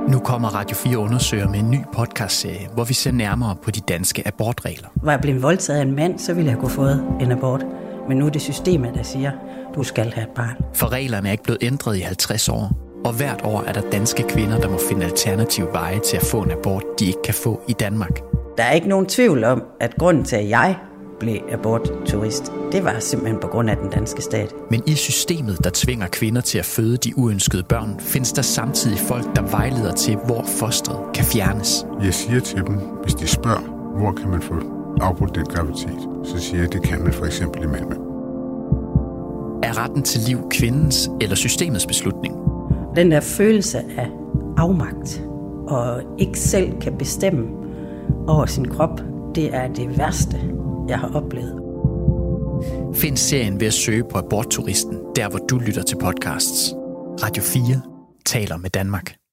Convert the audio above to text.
Nu kommer Radio 4 undersøger med en ny podcastserie, hvor vi ser nærmere på de danske abortregler. Var jeg blevet voldtaget af en mand, så ville jeg kunne få en abort. Men nu er det systemet, der siger, du skal have et barn. For reglerne er ikke blevet ændret i 50 år. Og hvert år er der danske kvinder, der må finde alternative veje til at få en abort, de ikke kan få i Danmark. Der er ikke nogen tvivl om, at grunden til, at jeg blev abortturist, det var simpelthen på grund af den danske stat. Men i systemet, der tvinger kvinder til at føde de uønskede børn, findes der samtidig folk, der vejleder til, hvor fostret kan fjernes. Jeg siger til dem, hvis de spørger, hvor kan man få afbrudt den graviditet, så siger jeg, at det kan man for eksempel i Malmø. Er retten til liv kvindens eller systemets beslutning? Den der følelse af afmagt og ikke selv kan bestemme over sin krop, det er det værste, jeg har oplevet. Find serien ved at søge på Abortturisten, der hvor du lytter til podcasts. Radio 4 taler med Danmark.